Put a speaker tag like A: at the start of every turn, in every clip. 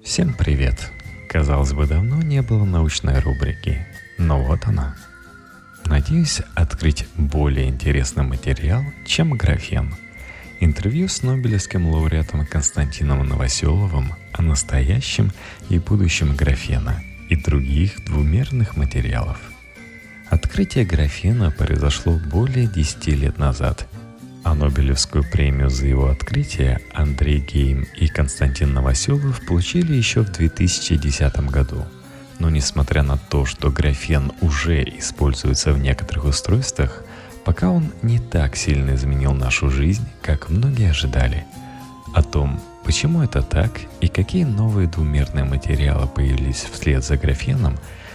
A: Всем привет! Казалось бы, давно не было научной рубрики, но вот она. Надеюсь открыть более интересный материал, чем графен. Интервью с нобелевским лауреатом Константином Новоселовым о настоящем и будущем графена и других двумерных материалов. Открытие графена произошло более 10 лет назад, а Нобелевскую премию за его открытие Андрей Гейм и Константин Новоселов получили еще в 2010 году. Но несмотря на то, что графен уже используется в некоторых устройствах, пока он не так сильно изменил нашу жизнь, как многие ожидали. О том, почему это так и какие новые двумерные материалы появились вслед за графеном,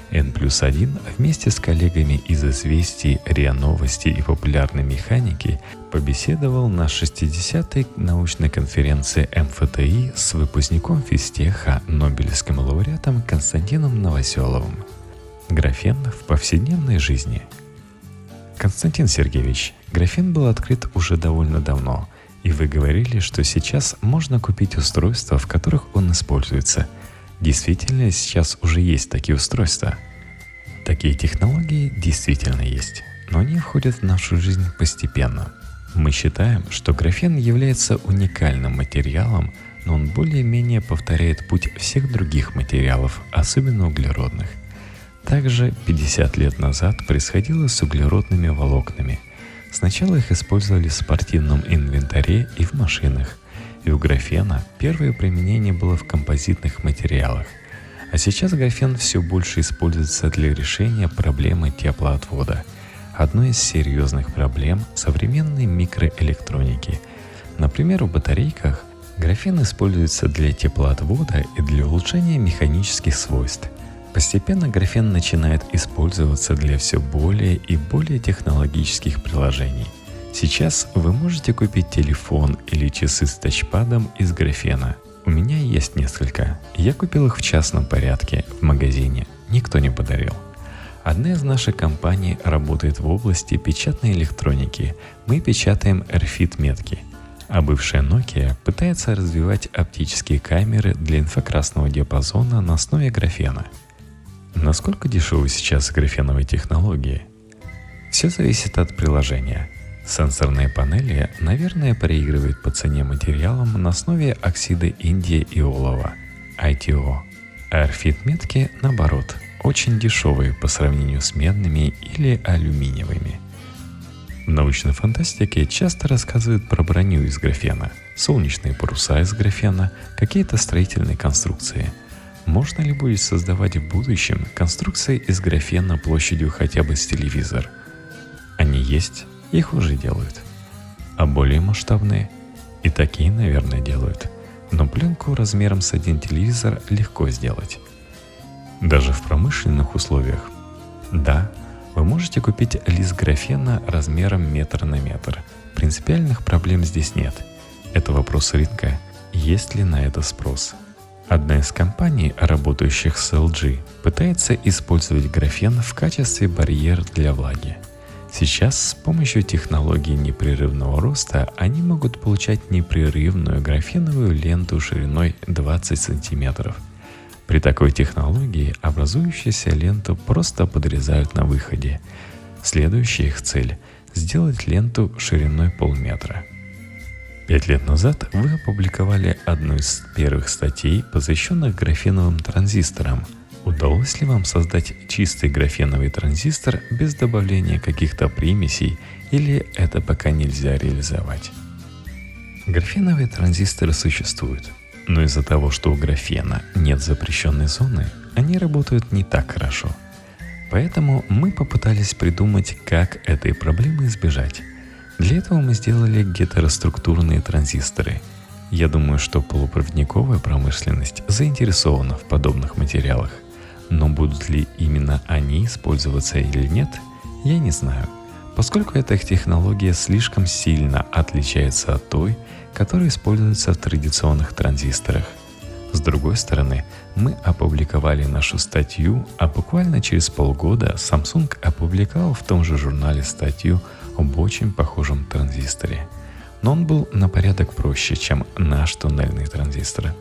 A: N+1 вместе с коллегами из «Известий», РИА Новости и популярной механики побеседовал на 60-й научной конференции МФТИ с выпускником физтеха, нобелевским лауреатом Константином Новоселовым. Графен в повседневной жизни. Константин Сергеевич, графен был открыт уже довольно давно, и вы говорили, что сейчас можно купить устройства, в которых он используется. Действительно, сейчас уже есть такие устройства. Такие технологии действительно есть, но они входят в нашу жизнь постепенно. Мы считаем, что графен является уникальным материалом, но он более-менее повторяет путь всех других материалов, особенно углеродных. Также 50 лет назад происходило с углеродными волокнами. Сначала их использовали в спортивном инвентаре и в машинах. И у графена первое применение было в композитных материалах. А сейчас графен все больше используется для решения проблемы теплоотвода. Одной из серьезных проблем современной микроэлектроники. Например, в батарейках графен используется для теплоотвода и для улучшения механических свойств. Постепенно графен начинает использоваться для все более и более технологических приложений. Сейчас вы можете купить телефон или часы с тачпадом из графена. У меня есть несколько. Я купил их в частном порядке, в магазине. Никто не подарил. Одна из наших компаний работает в области печатной электроники. Мы печатаем RFID-метки. А бывшая Nokia пытается развивать оптические камеры для инфракрасного диапазона на основе графена. Насколько дешевы сейчас графеновые технологии? Все зависит от приложения. Сенсорные панели, наверное, проигрывают по цене материалам на основе оксида индия и олова, ITO. А RFID-метки, наоборот, очень дешевые по сравнению с медными или алюминиевыми. В научной фантастике часто рассказывают про броню из графена, солнечные паруса из графена, какие-то строительные конструкции. Можно ли будет создавать в будущем конструкции из графена площадью хотя бы с телевизор? Они есть. Их уже делают. А более масштабные? И такие, наверное, делают. Но пленку размером с один телевизор легко сделать. Даже в промышленных условиях. Да, вы можете купить лист графена размером метр на метр. Принципиальных проблем здесь нет. Это вопрос рынка. Есть ли на это спрос? Одна из компаний, работающих с LG, пытается использовать графен в качестве барьера для влаги. Сейчас с помощью технологии непрерывного роста они могут получать непрерывную графеновую ленту шириной 20 см. При такой технологии образующуюся ленту просто подрезают на выходе. Следующая их цель – сделать ленту шириной полметра. 5 лет назад вы опубликовали одну из первых статей, посвященных графеновым транзисторам. Удалось ли вам создать чистый графеновый транзистор без добавления каких-то примесей, или это пока нельзя реализовать? Графеновые транзисторы существуют, но из-за того, что у графена нет запрещенной зоны, они работают не так хорошо. Поэтому мы попытались придумать, как этой проблемы избежать. Для этого мы сделали гетероструктурные транзисторы. Я думаю, что полупроводниковая промышленность заинтересована в подобных материалах. Но будут ли именно они использоваться или нет, я не знаю, поскольку эта технология слишком сильно отличается от той, которая используется в традиционных транзисторах. С другой стороны, мы опубликовали нашу статью, а буквально через полгода Samsung опубликовал в том же журнале статью об очень похожем транзисторе. Но он был на порядок проще, чем наш туннельный транзистор.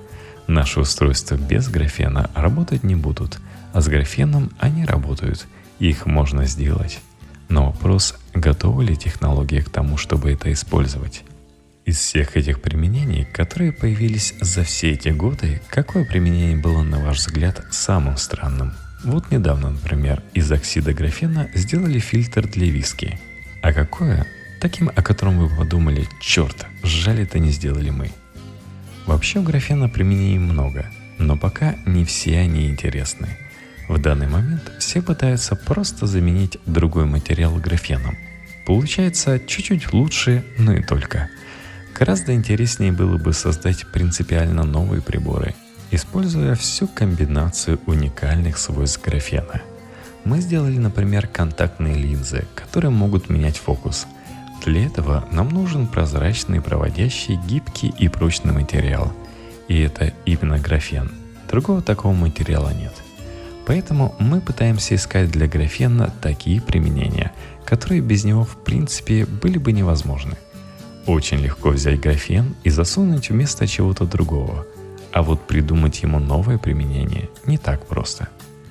A: Наши устройства без графена работать не будут, а с графеном они работают, и их можно сделать. Но вопрос, готова ли технология к тому, чтобы это использовать? Из всех этих применений, которые появились за все эти годы, какое применение было, на ваш взгляд, самым странным? Вот недавно, например, из оксида графена сделали фильтр для виски. А какое? Таким, о котором вы подумали: черт, жаль, это не сделали мы. Вообще у графена применений много, но пока не все они интересны. В данный момент все пытаются просто заменить другой материал графеном. Получается чуть-чуть лучше, но и только. Гораздо интереснее было бы создать принципиально новые приборы, используя всю комбинацию уникальных свойств графена. Мы сделали, например, контактные линзы, которые могут менять фокус. Для этого нам нужен прозрачный, проводящий, гибкий и прочный материал. И это именно графен. Другого такого материала нет. Поэтому мы пытаемся искать для графена такие применения, которые без него в принципе были бы невозможны. Очень легко взять графен и засунуть вместо чего-то другого, а вот придумать ему новое применение не так просто.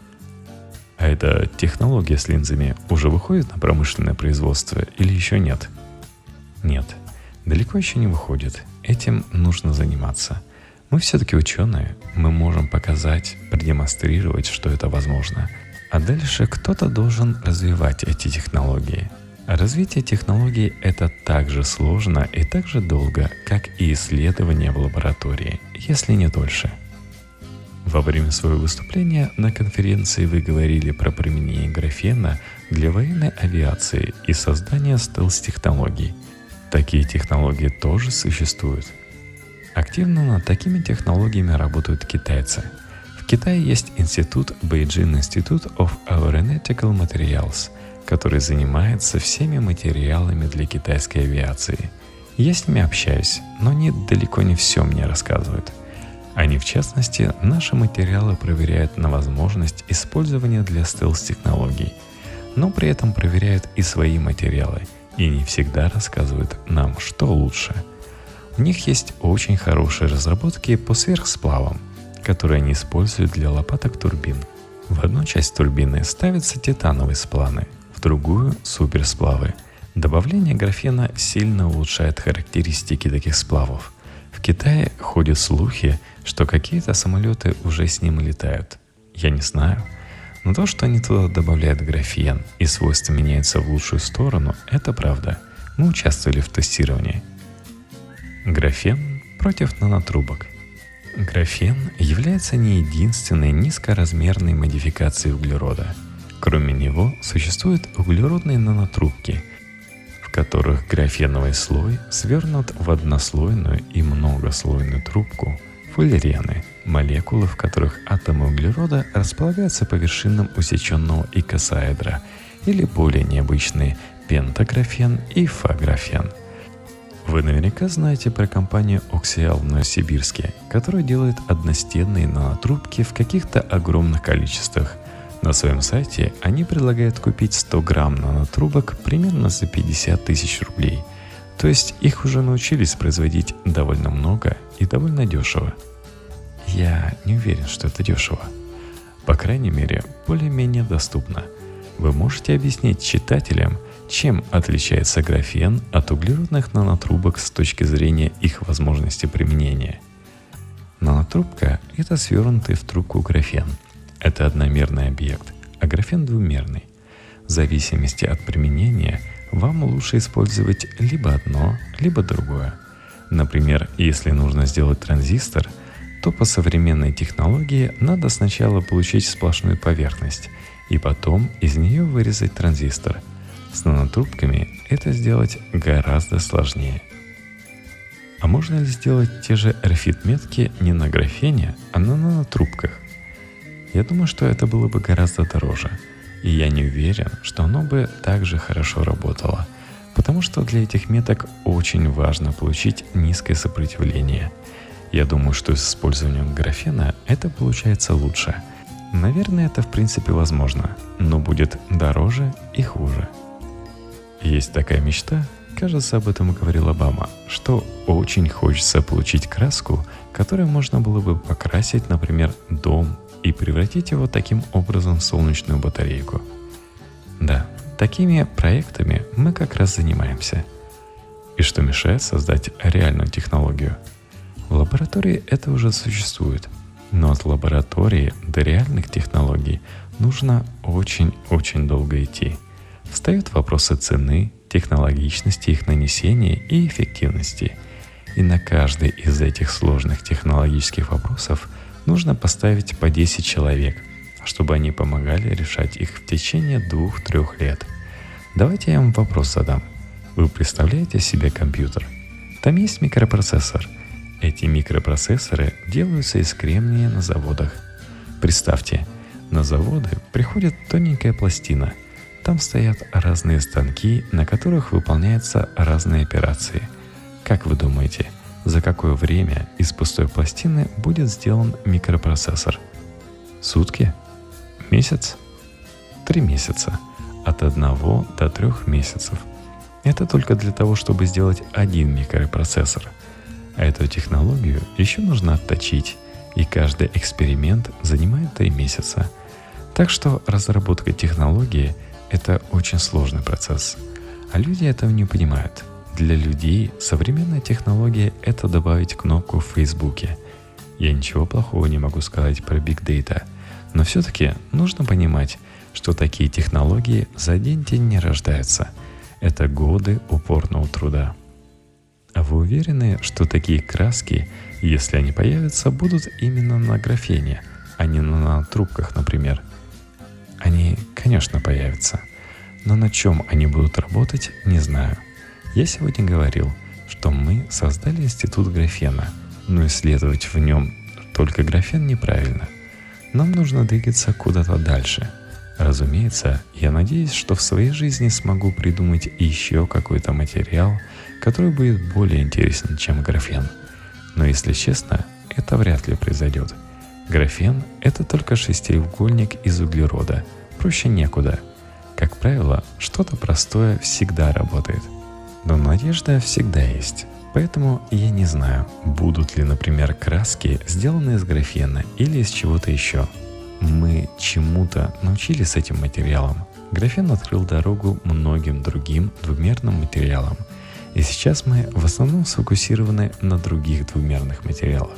A: А эта технология с линзами уже выходит на промышленное производство или еще нет? Нет, далеко еще не выходит. Этим нужно заниматься. Мы все-таки ученые, мы можем показать, продемонстрировать, что это возможно. А дальше кто-то должен развивать эти технологии. А развитие технологий – это так же сложно и так же долго, как и исследования в лаборатории, если не дольше. Во время своего выступления на конференции вы говорили про применение графена для военной авиации и создания стелс-технологий. Такие технологии тоже существуют. Активно над такими технологиями работают китайцы. В Китае есть институт Beijing Institute of Aeronautical Materials, который занимается всеми материалами для китайской авиации. Я с ними общаюсь, но они далеко не все мне рассказывают. Они, в частности, наши материалы проверяют на возможность использования для стелс-технологий, но при этом проверяют и свои материалы, и не всегда рассказывают нам, что лучше. У них есть очень хорошие разработки по сверхсплавам, которые они используют для лопаток турбин. В одну часть турбины ставятся титановые сплавы, в другую – суперсплавы. Добавление графена сильно улучшает характеристики таких сплавов. В Китае ходят слухи, что какие-то самолеты уже с ним летают. Я не знаю, но то, что они туда добавляют графен и свойства меняются в лучшую сторону, это правда. Мы участвовали в тестировании. Графен против нанотрубок. Графен является не единственной низкоразмерной модификацией углерода. Кроме него существуют углеродные нанотрубки, в которых графеновый слой свернут в однослойную и многослойную трубку фуллерены, молекулы, в которых атомы углерода располагаются по вершинам усеченного икосаэдра, или более необычные пентаграфен и фаграфен. Вы наверняка знаете про компанию Oxial в Новосибирске, которая делает одностенные нанотрубки в каких-то огромных количествах. На своем сайте они предлагают купить 100 грамм нанотрубок примерно за 50 тысяч рублей. То есть их уже научились производить довольно много и довольно дешево. Я не уверен, что это дешево. По крайней мере, более-менее доступно. Вы можете объяснить читателям, чем отличается графен от углеродных нанотрубок с точки зрения их возможности применения? Нанотрубка – это свернутый в трубку графен. Это одномерный объект, а графен двумерный. В зависимости от применения вам лучше использовать либо одно, либо другое. Например, если нужно сделать транзистор, то по современной технологии надо сначала получить сплошную поверхность, и потом из нее вырезать транзистор. С нанотрубками это сделать гораздо сложнее. А можно ли сделать те же RFID-метки не на графене, а на нанотрубках? Я думаю, что это было бы гораздо дороже. И я не уверен, что оно бы так же хорошо работало. Потому что для этих меток очень важно получить низкое сопротивление. Я думаю, что с использованием графена это получается лучше. Наверное, это в принципе возможно, но будет дороже и хуже. Есть такая мечта, кажется, об этом и говорил Обама, что очень хочется получить краску, которое можно было бы покрасить, например, дом и превратить его таким образом в солнечную батарейку. Да, такими проектами мы как раз занимаемся. И что мешает создать реальную технологию? В лаборатории это уже существует, но от лаборатории до реальных технологий нужно очень-очень долго идти. Встают вопросы цены, технологичности их нанесения и эффективности. И на каждый из этих сложных технологических вопросов нужно поставить по 10 человек, чтобы они помогали решать их в течение 2-3 лет. Давайте я вам вопрос задам. Вы представляете себе компьютер? Там есть микропроцессор. Эти микропроцессоры делаются из кремния на заводах. Представьте, на заводы приходит тоненькая пластина. Там стоят разные станки, на которых выполняются разные операции. Как вы думаете, за какое время из пустой пластины будет сделан микропроцессор? Сутки? Месяц? 3 месяца. От 1 до 3 месяцев. Это только для того, чтобы сделать один микропроцессор. А эту технологию еще нужно отточить, и каждый эксперимент занимает 3 месяца. Так что разработка технологии – это очень сложный процесс. А люди этого не понимают. Для людей современная технология – это добавить кнопку в Фейсбуке. Я ничего плохого не могу сказать про Big Data, но все-таки нужно понимать, что такие технологии за день не рождаются. Это годы упорного труда. А вы уверены, что такие краски, если они появятся, будут именно на графене, а не на нанотрубках, например? Они, конечно, появятся. Но на чем они будут работать, не знаю. Я сегодня говорил, что мы создали институт графена, но исследовать в нем только графен неправильно. Нам нужно двигаться куда-то дальше. Разумеется, я надеюсь, что в своей жизни смогу придумать еще какой-то материал, который будет более интересен, чем графен. Но если честно, это вряд ли произойдет. Графен – это только шестиугольник из углерода. Проще некуда. Как правило, что-то простое всегда работает. Но надежда всегда есть. Поэтому я не знаю, будут ли, например, краски сделаны из графена или из чего-то еще. Мы чему-то научились с этим материалом. Графен открыл дорогу многим другим двумерным материалам. И сейчас мы в основном сфокусированы на других двумерных материалах.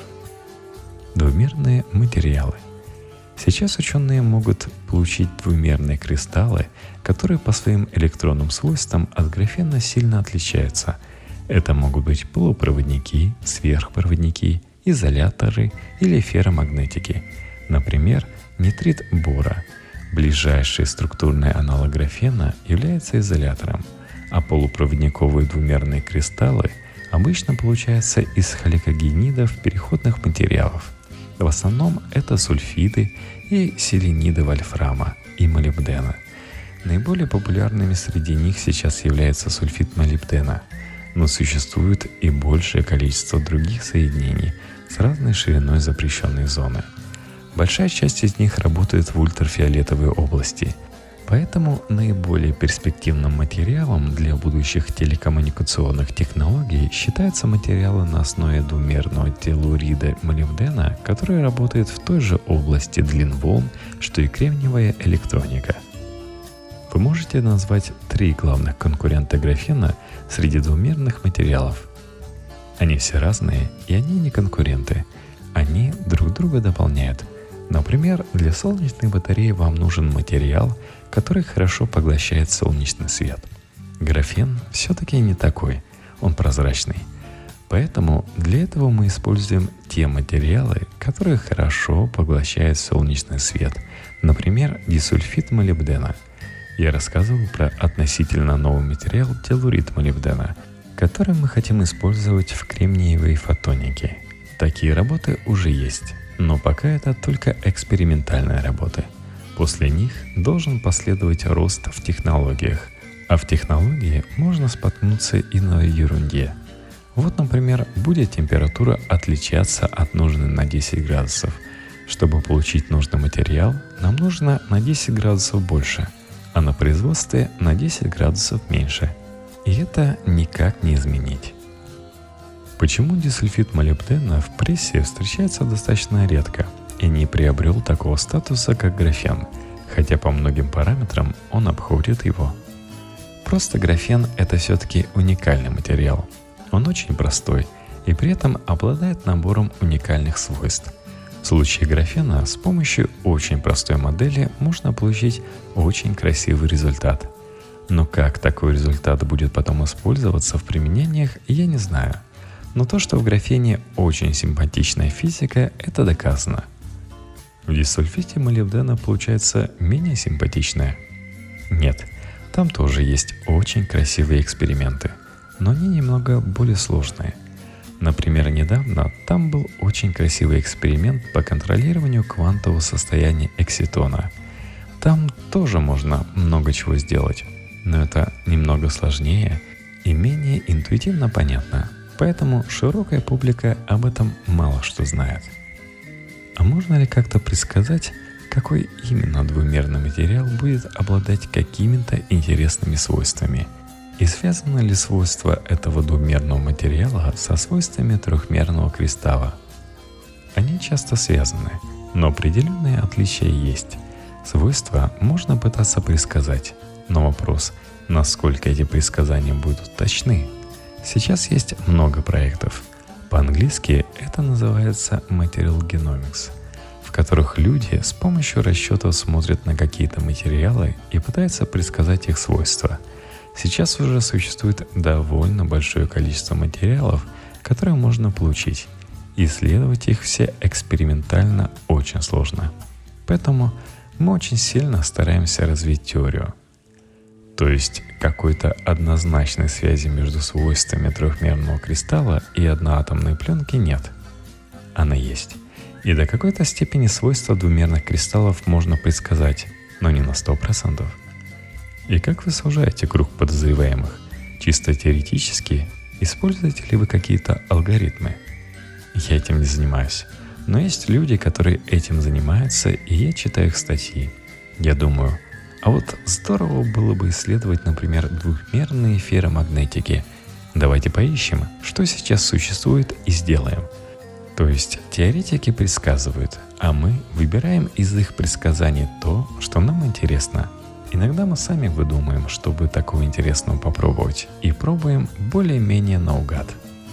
A: Двумерные материалы. Сейчас ученые могут получить двумерные кристаллы, которые по своим электронным свойствам от графена сильно отличаются. Это могут быть полупроводники, сверхпроводники, изоляторы или ферромагнетики. Например, нитрид бора. Ближайший структурный аналог графена является изолятором, а полупроводниковые двумерные кристаллы обычно получаются из халикогенидов переходных материалов. В основном это сульфиды и селениды вольфрама и молибдена. Наиболее популярными среди них сейчас является сульфид молибдена, но существует и большее количество других соединений с разной шириной запрещенной зоны. Большая часть из них работает в ультрафиолетовой области, поэтому наиболее перспективным материалом для будущих телекоммуникационных технологий считаются материалы на основе двумерного теллурида молибдена, который работает в той же области длин волн, что и кремниевая электроника. Вы можете назвать 3 главных конкурента графена среди двумерных материалов. Они все разные, и они не конкуренты. Они друг друга дополняют. Например, для солнечной батареи вам нужен материал, который хорошо поглощает солнечный свет. Графен все-таки не такой, он прозрачный. Поэтому для этого мы используем те материалы, которые хорошо поглощают солнечный свет. Например, дисульфид молибдена. Я рассказывал про относительно новый материал теллурид молибдена, который мы хотим использовать в кремниевой фотонике. Такие работы уже есть, но пока это только экспериментальные работы. После них должен последовать рост в технологиях, а в технологии можно споткнуться и на ерунде. Вот, например, будет температура отличаться от нужной на 10 градусов. Чтобы получить нужный материал, нам нужно на 10 градусов больше, а на производстве на 10 градусов меньше. И это никак не изменить. Почему дисульфид молибдена в прессе встречается достаточно редко и не приобрел такого статуса, как графен, хотя по многим параметрам он обходит его? Просто графен – это все-таки уникальный материал. Он очень простой и при этом обладает набором уникальных свойств. В случае графена с помощью очень простой модели можно получить очень красивый результат. Но как такой результат будет потом использоваться в применениях, я не знаю. Но то, что в графене очень симпатичная физика, это доказано. В дисульфите молибдена получается менее симпатичная? Нет, там тоже есть очень красивые эксперименты, но они немного более сложные. Например, недавно там был очень красивый эксперимент по контролированию квантового состояния экситона. Там тоже можно много чего сделать, но это немного сложнее и менее интуитивно понятно. Поэтому широкая публика об этом мало что знает. А можно ли как-то предсказать, какой именно двумерный материал будет обладать какими-то интересными свойствами? И связано ли свойство этого двумерного материала со свойствами трехмерного кристалла? Они часто связаны, но определенные отличия есть. Свойства можно пытаться предсказать, но вопрос, насколько эти предсказания будут точны. Сейчас есть много проектов. По-английски это называется Material Genomics, в которых люди с помощью расчетов смотрят на какие-то материалы и пытаются предсказать их свойства. Сейчас уже существует довольно большое количество материалов, которые можно получить. Исследовать их все экспериментально очень сложно. Поэтому мы очень сильно стараемся развить теорию. То есть какой-то однозначной связи между свойствами трехмерного кристалла и одноатомной пленки нет. Она есть. И до какой-то степени свойства двумерных кристаллов можно предсказать, но не на 100%. И как вы сужаете круг подозреваемых? Чисто теоретически, используете ли вы какие-то алгоритмы? Я этим не занимаюсь. Но есть люди, которые этим занимаются, и я читаю их статьи. Я думаю, а вот здорово было бы исследовать, например, двухмерные ферромагнетики. Давайте поищем, что сейчас существует, и сделаем. То есть теоретики предсказывают, а мы выбираем из их предсказаний то, что нам интересно. Иногда мы сами выдумаем, чтобы такого интересного попробовать, и пробуем более-менее наугад.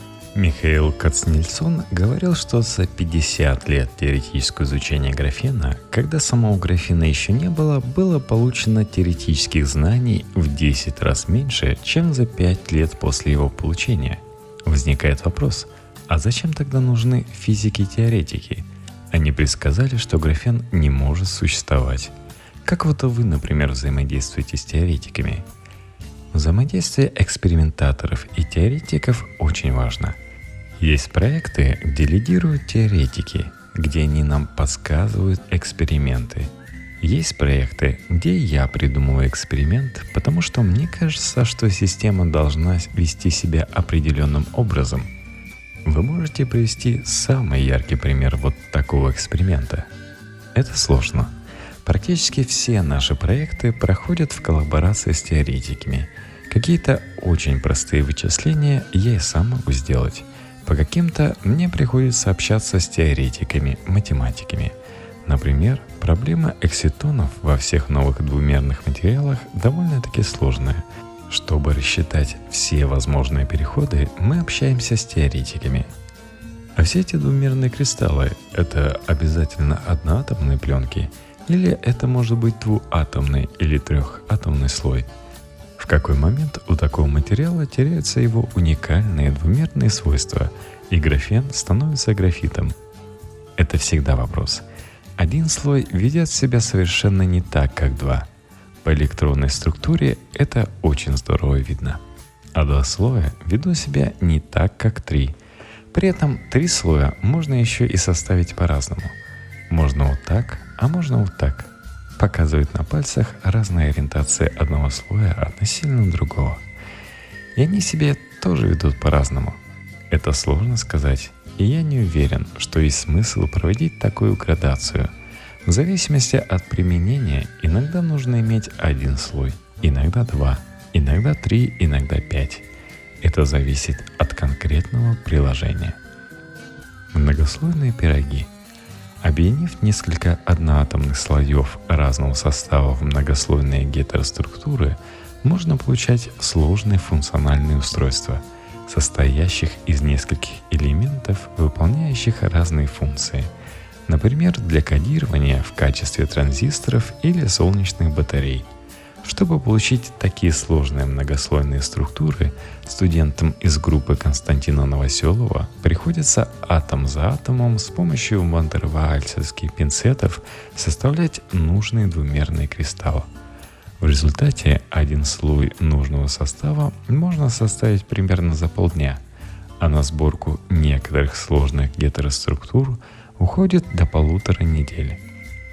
A: Михаил Кацнельсон говорил, что за 50 лет теоретического изучения графена, когда самого графена еще не было получено теоретических знаний в 10 раз меньше, чем за 5 лет после его получения. Возникает вопрос, а зачем тогда нужны физики-теоретики? Они предсказали, что графен не может существовать. Как вот вы, например, взаимодействуете с теоретиками? Взаимодействие экспериментаторов и теоретиков очень важно. Есть проекты, где лидируют теоретики, где они нам подсказывают эксперименты. Есть проекты, где я придумываю эксперимент, потому что мне кажется, что система должна вести себя определенным образом. Вы можете привести самый яркий пример вот такого эксперимента? Это сложно. Практически все наши проекты проходят в коллаборации с теоретиками. Какие-то очень простые вычисления я и сам могу сделать. По каким-то мне приходится общаться с теоретиками, математиками. Например, проблема экситонов во всех новых двумерных материалах довольно-таки сложная. Чтобы рассчитать все возможные переходы, мы общаемся с теоретиками. А все эти двумерные кристаллы – это обязательно одноатомные пленки? Или это может быть двуатомный или трехатомный слой? В какой момент у такого материала теряются его уникальные двумерные свойства, и графен становится графитом? Это всегда вопрос. Один слой ведет себя совершенно не так, как два. По электронной структуре это очень здорово видно. А два слоя ведут себя не так, как три. При этом три слоя можно еще и составить по-разному. Можно вот так, а можно вот так. Показывает на пальцах разные ориентации одного слоя относительно другого. И они себя тоже ведут по-разному. Это сложно сказать, и я не уверен, что есть смысл проводить такую градацию. В зависимости от применения иногда нужно иметь один слой, иногда два, иногда три, иногда 5. Это зависит от конкретного приложения. Многослойные пироги. Объединив несколько одноатомных слоев разного состава в многослойные гетероструктуры, можно получать сложные функциональные устройства, состоящих из нескольких элементов, выполняющих разные функции. Например, для кодирования в качестве транзисторов или солнечных батарей. Чтобы получить такие сложные многослойные структуры, студентам из группы Константина Новоселова приходится атом за атомом с помощью вандерваальсовских пинцетов составлять нужный двумерный кристалл. В результате один слой нужного состава можно составить примерно за полдня, а на сборку некоторых сложных гетероструктур уходит до 1,5 недели.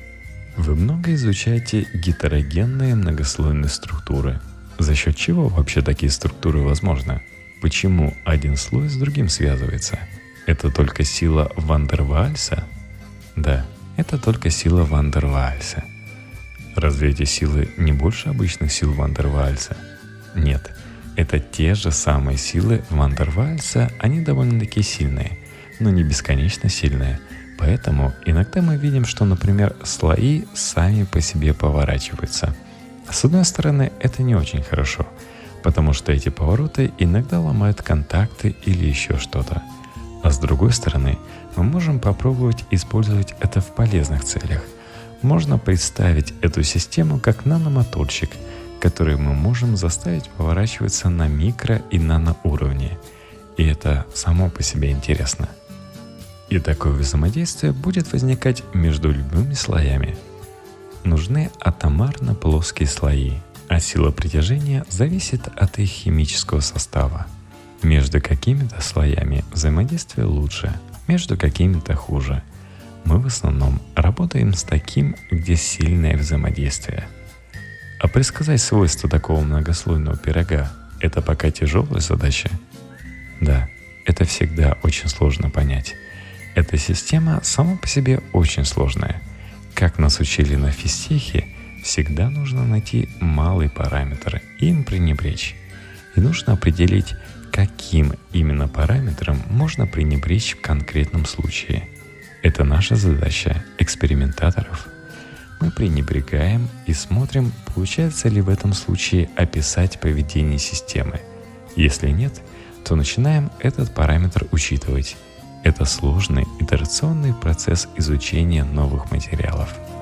A: Вы много изучаете гетерогенные многослойные структуры. За счет чего вообще такие структуры возможны? Почему один слой с другим связывается? Это только сила Вандерваальса? Да, это только сила Вандерваальса. Разве эти силы не больше обычных сил Вандерваальса? Нет, это те же самые силы Вандерваальса, они довольно-таки сильные, но не бесконечно сильные. Поэтому иногда мы видим, что, например, слои сами по себе поворачиваются. С одной стороны, это не очень хорошо, потому что эти повороты иногда ломают контакты или еще что-то. А с другой стороны, мы можем попробовать использовать это в полезных целях. Можно представить эту систему как наномоторчик, который мы можем заставить поворачиваться на микро- и наноуровне. И это само по себе интересно. И такое взаимодействие будет возникать между любыми слоями. Нужны атомарно плоские слои, а сила притяжения зависит от их химического состава. Между какими-то слоями взаимодействие лучше, между какими-то хуже. Мы в основном работаем с таким, где сильное взаимодействие. А предсказать свойства такого многослойного пирога – это пока тяжелая задача? Да, это всегда очень сложно понять. Эта система сама по себе очень сложная. Как нас учили на физтехе, всегда нужно найти малый параметр и им пренебречь. И нужно определить, каким именно параметром можно пренебречь в конкретном случае. Это наша задача экспериментаторов. Мы пренебрегаем и смотрим, получается ли в этом случае описать поведение системы. Если нет, то начинаем этот параметр учитывать. Это сложный итерационный процесс изучения новых материалов.